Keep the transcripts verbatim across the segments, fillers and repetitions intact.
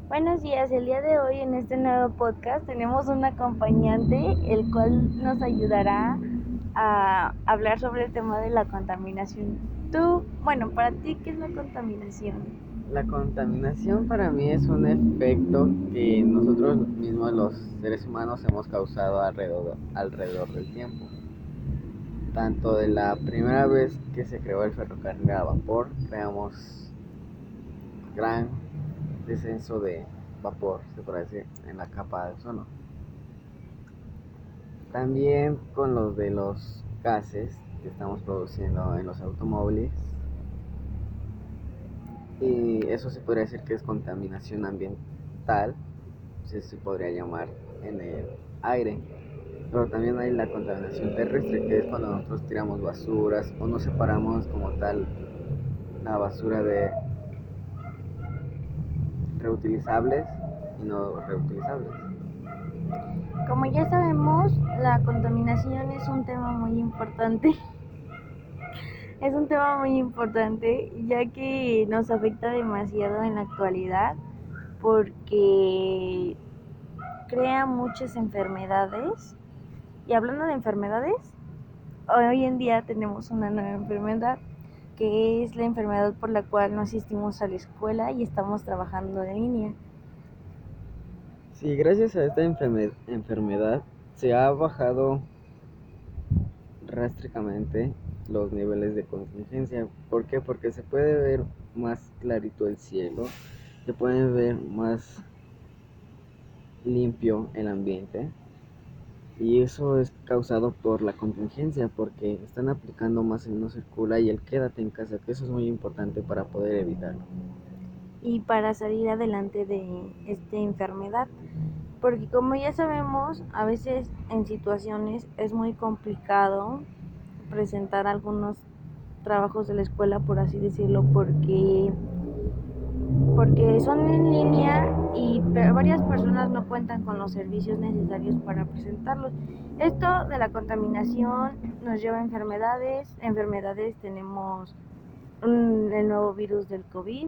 Buenos días, el día de hoy en este nuevo podcast tenemos un acompañante el cual nos ayudará a hablar sobre el tema de la contaminación. Tú, bueno, para ti, ¿qué es la contaminación? La contaminación para mí es un efecto que nosotros mismos los seres humanos hemos causado alrededor, alrededor del tiempo. Tanto de la primera vez que se creó el ferrocarril a vapor, creamos gran descenso de vapor, se puede decir, en la capa de ozono. También con los de los gases que estamos produciendo en los automóviles, y eso se podría decir que es contaminación ambiental, se, se podría llamar en el aire. Pero también hay la contaminación terrestre, que es cuando nosotros tiramos basuras o no separamos como tal la basura de reutilizables y no reutilizables. Como ya sabemos, la contaminación es un tema muy importante. Es un tema muy importante ya que nos afecta demasiado en la actualidad porque crea muchas enfermedades. Y hablando de enfermedades, hoy en día tenemos una nueva enfermedad que es la enfermedad por la cual no asistimos a la escuela y estamos trabajando en línea. Sí, gracias a esta enferme- enfermedad se ha bajado drásticamente los niveles de contingencia. ¿Por qué? Porque se puede ver más clarito el cielo, se puede ver más limpio el ambiente. Y eso es causado por la contingencia, porque están aplicando más el no circula y el quédate en casa, que eso es muy importante para poder evitarlo. Y para salir adelante de esta enfermedad, porque como ya sabemos, a veces en situaciones es muy complicado presentar algunos trabajos de la escuela, por así decirlo, porque porque son en línea y varias personas no cuentan con los servicios necesarios para presentarlos. Esto de la contaminación nos lleva a enfermedades. Enfermedades tenemos un, el nuevo virus del COVID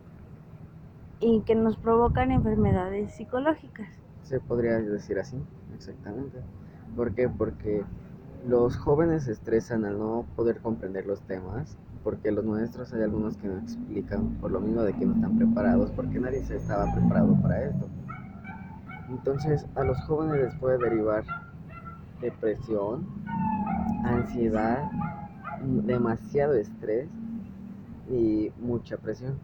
y que nos provocan enfermedades psicológicas. Se podría decir así, exactamente. ¿Por qué? Porque los jóvenes se estresan al no poder comprender los temas, porque los nuestros hay algunos que no explican, por lo mismo de que no están preparados, porque nadie se estaba preparado para esto. Entonces a los jóvenes les puede derivar depresión, ansiedad, demasiado estrés y mucha presión.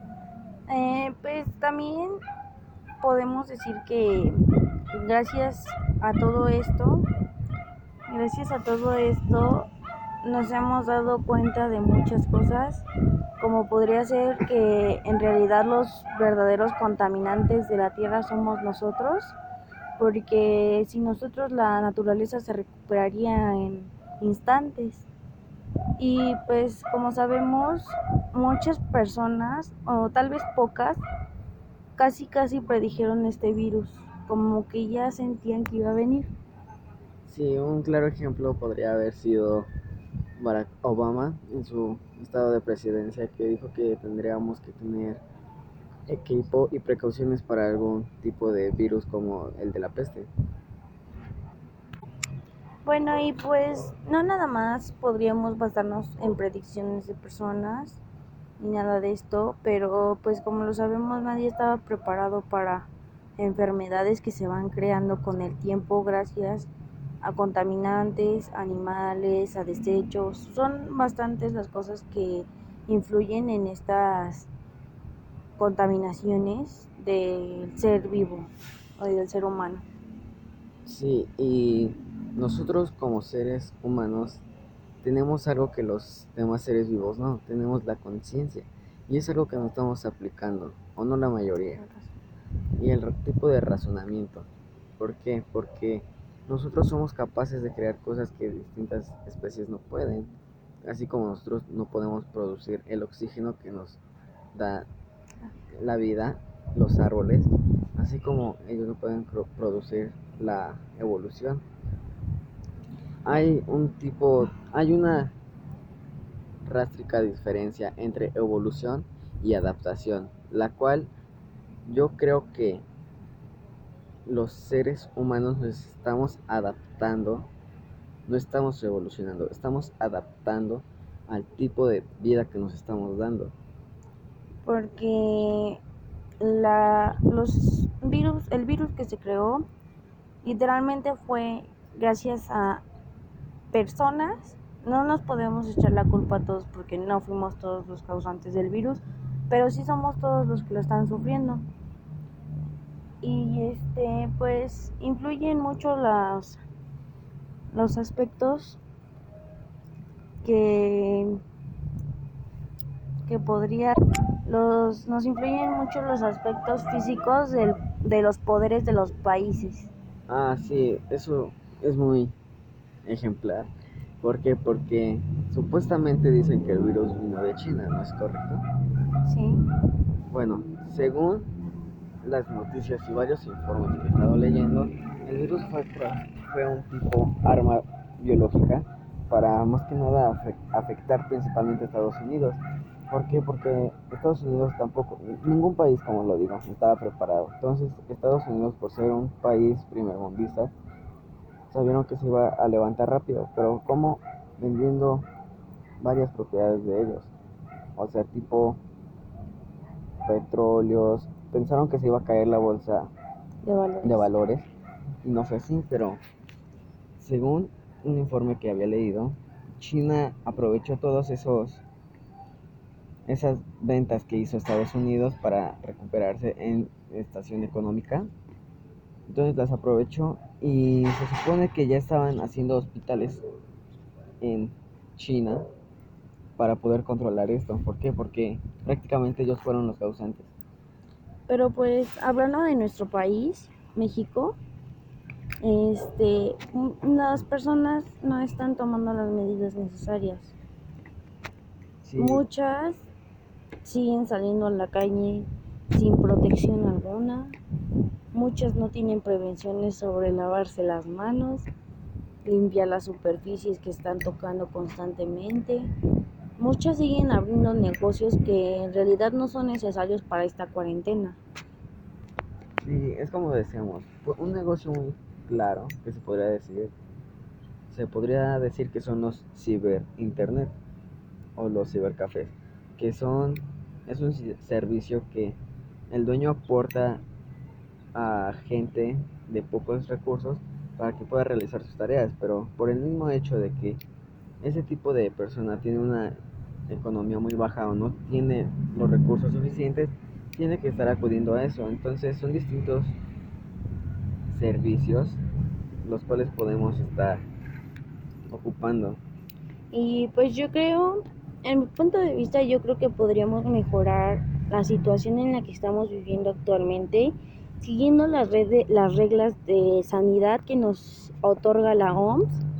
Eh, pues también podemos decir que gracias a todo esto, gracias a todo esto nos hemos dado cuenta de muchas cosas, como podría ser que en realidad los verdaderos contaminantes de la tierra somos nosotros, porque sin nosotros la naturaleza se recuperaría en instantes. Y pues como sabemos, muchas personas, o tal vez pocas, casi casi predijeron este virus, como que ya sentían que iba a venir. Sí, un claro ejemplo podría haber sido Barack Obama en su estado de presidencia, que dijo que tendríamos que tener equipo y precauciones para algún tipo de virus como el de la peste. Bueno, y pues no nada más podríamos basarnos en predicciones de personas ni nada de esto, pero pues como lo sabemos nadie estaba preparado para enfermedades que se van creando con el tiempo gracias a contaminantes, animales, a desechos. Son bastantes las cosas que influyen en estas contaminaciones del ser vivo o del ser humano. Sí, y nosotros como seres humanos tenemos algo que los demás seres vivos no, tenemos la conciencia. Y es algo que no estamos aplicando, o no la mayoría. Y el tipo de razonamiento. ¿Por qué? Porque nosotros somos capaces de crear cosas que distintas especies no pueden, así como nosotros no podemos producir el oxígeno que nos da la vida, los árboles, así como ellos no pueden producir la evolución. Hay un tipo, hay una drástica diferencia entre evolución y adaptación, la cual yo creo que los seres humanos nos estamos adaptando, no estamos evolucionando, estamos adaptando al tipo de vida que nos estamos dando. Porque la, los virus, el virus que se creó literalmente fue gracias a personas. No nos podemos echar la culpa a todos porque no fuimos todos los causantes del virus, pero sí somos todos los que lo están sufriendo. Y este pues influyen mucho las, los aspectos que, que podría los nos influyen mucho los aspectos físicos del, de los poderes de los países. Ah, sí, eso es muy ejemplar. ¿Por qué? Porque supuestamente dicen que el virus vino de China, ¿no es correcto? Sí. Bueno, según las noticias y varios informes que he estado leyendo, el virus fue, fue un tipo arma biológica para más que nada afectar principalmente a Estados Unidos. ¿Por qué? Porque Estados Unidos tampoco, ningún país, como lo digo, estaba preparado. Entonces, Estados Unidos, por ser un país primermundista, sabieron que se iba a levantar rápido, pero ¿cómo? Vendiendo varias propiedades de ellos. O sea, tipo petróleos. Pensaron que se iba a caer la bolsa De valores. de valores y no fue así, pero según un informe que había leído, China aprovechó todos esos esas ventas que hizo Estados Unidos para recuperarse en estación económica. Entonces las aprovechó y se supone que ya estaban haciendo hospitales en China para poder controlar esto. ¿Por qué? Porque prácticamente ellos fueron los causantes. Pero pues hablando de nuestro país, México, este, las personas no están tomando las medidas necesarias. Sí. Muchas siguen saliendo a la calle sin protección alguna. Muchas no tienen prevenciones sobre lavarse las manos, limpiar las superficies que están tocando constantemente. Muchas siguen abriendo negocios que en realidad no son necesarios para esta cuarentena. Sí, es como decíamos, un negocio muy claro que se podría decir, se podría decir que son los ciber internet o los cibercafés, que son, es un servicio que el dueño aporta a gente de pocos recursos para que pueda realizar sus tareas, pero por el mismo hecho de que ese tipo de persona tiene una economía muy baja o no tiene los recursos suficientes, tiene que estar acudiendo a eso. Entonces son distintos servicios los cuales podemos estar ocupando. Y pues yo creo, en mi punto de vista, yo creo que podríamos mejorar la situación en la que estamos viviendo actualmente, siguiendo las, red las reglas de sanidad que nos otorga la O M S.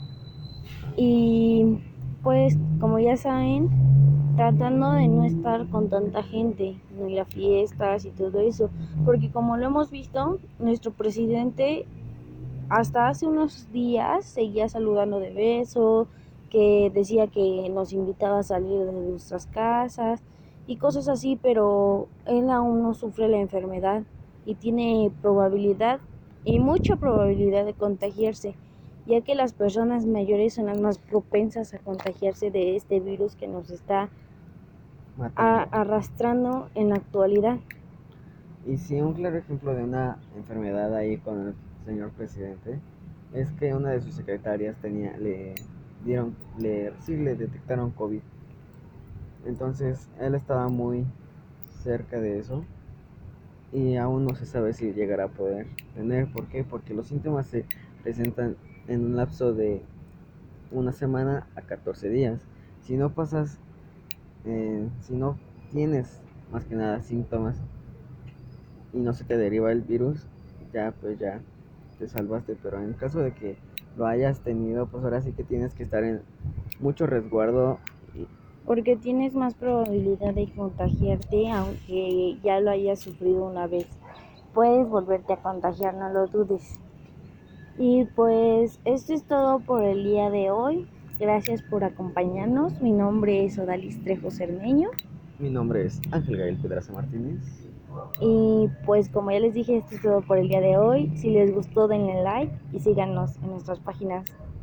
Y pues, como ya saben, tratando de no estar con tanta gente, no ir a fiestas y todo eso, porque como lo hemos visto, nuestro presidente hasta hace unos días seguía saludando de beso, que decía que nos invitaba a salir de nuestras casas y cosas así, pero él aún no sufre la enfermedad y tiene probabilidad y mucha probabilidad de contagiarse, ya que las personas mayores son las más propensas a contagiarse de este virus que nos está a, arrastrando en la actualidad. Y sí, un claro ejemplo de una enfermedad ahí con el señor presidente es que una de sus secretarias tenía, le dieron, le, sí le detectaron COVID. Entonces él estaba muy cerca de eso y aún no se sabe si llegará a poder tener. ¿Por qué? Porque los síntomas se presentan en un lapso de una semana a catorce días. Si no pasas, eh, si no tienes más que nada síntomas y no se te deriva el virus, ya pues ya te salvaste. Pero en caso de que lo hayas tenido, pues ahora sí que tienes que estar en mucho resguardo. Y... porque tienes más probabilidad de contagiarte aunque ya lo hayas sufrido una vez. Puedes volverte a contagiar, no lo dudes. Y pues esto es todo por el día de hoy. Gracias por acompañarnos. Mi nombre es Odalis Trejo Cermeño. Mi nombre es Ángel Gael Pedraza Martínez. Y pues como ya les dije, esto es todo por el día de hoy. Si les gustó, denle like y síganos en nuestras páginas.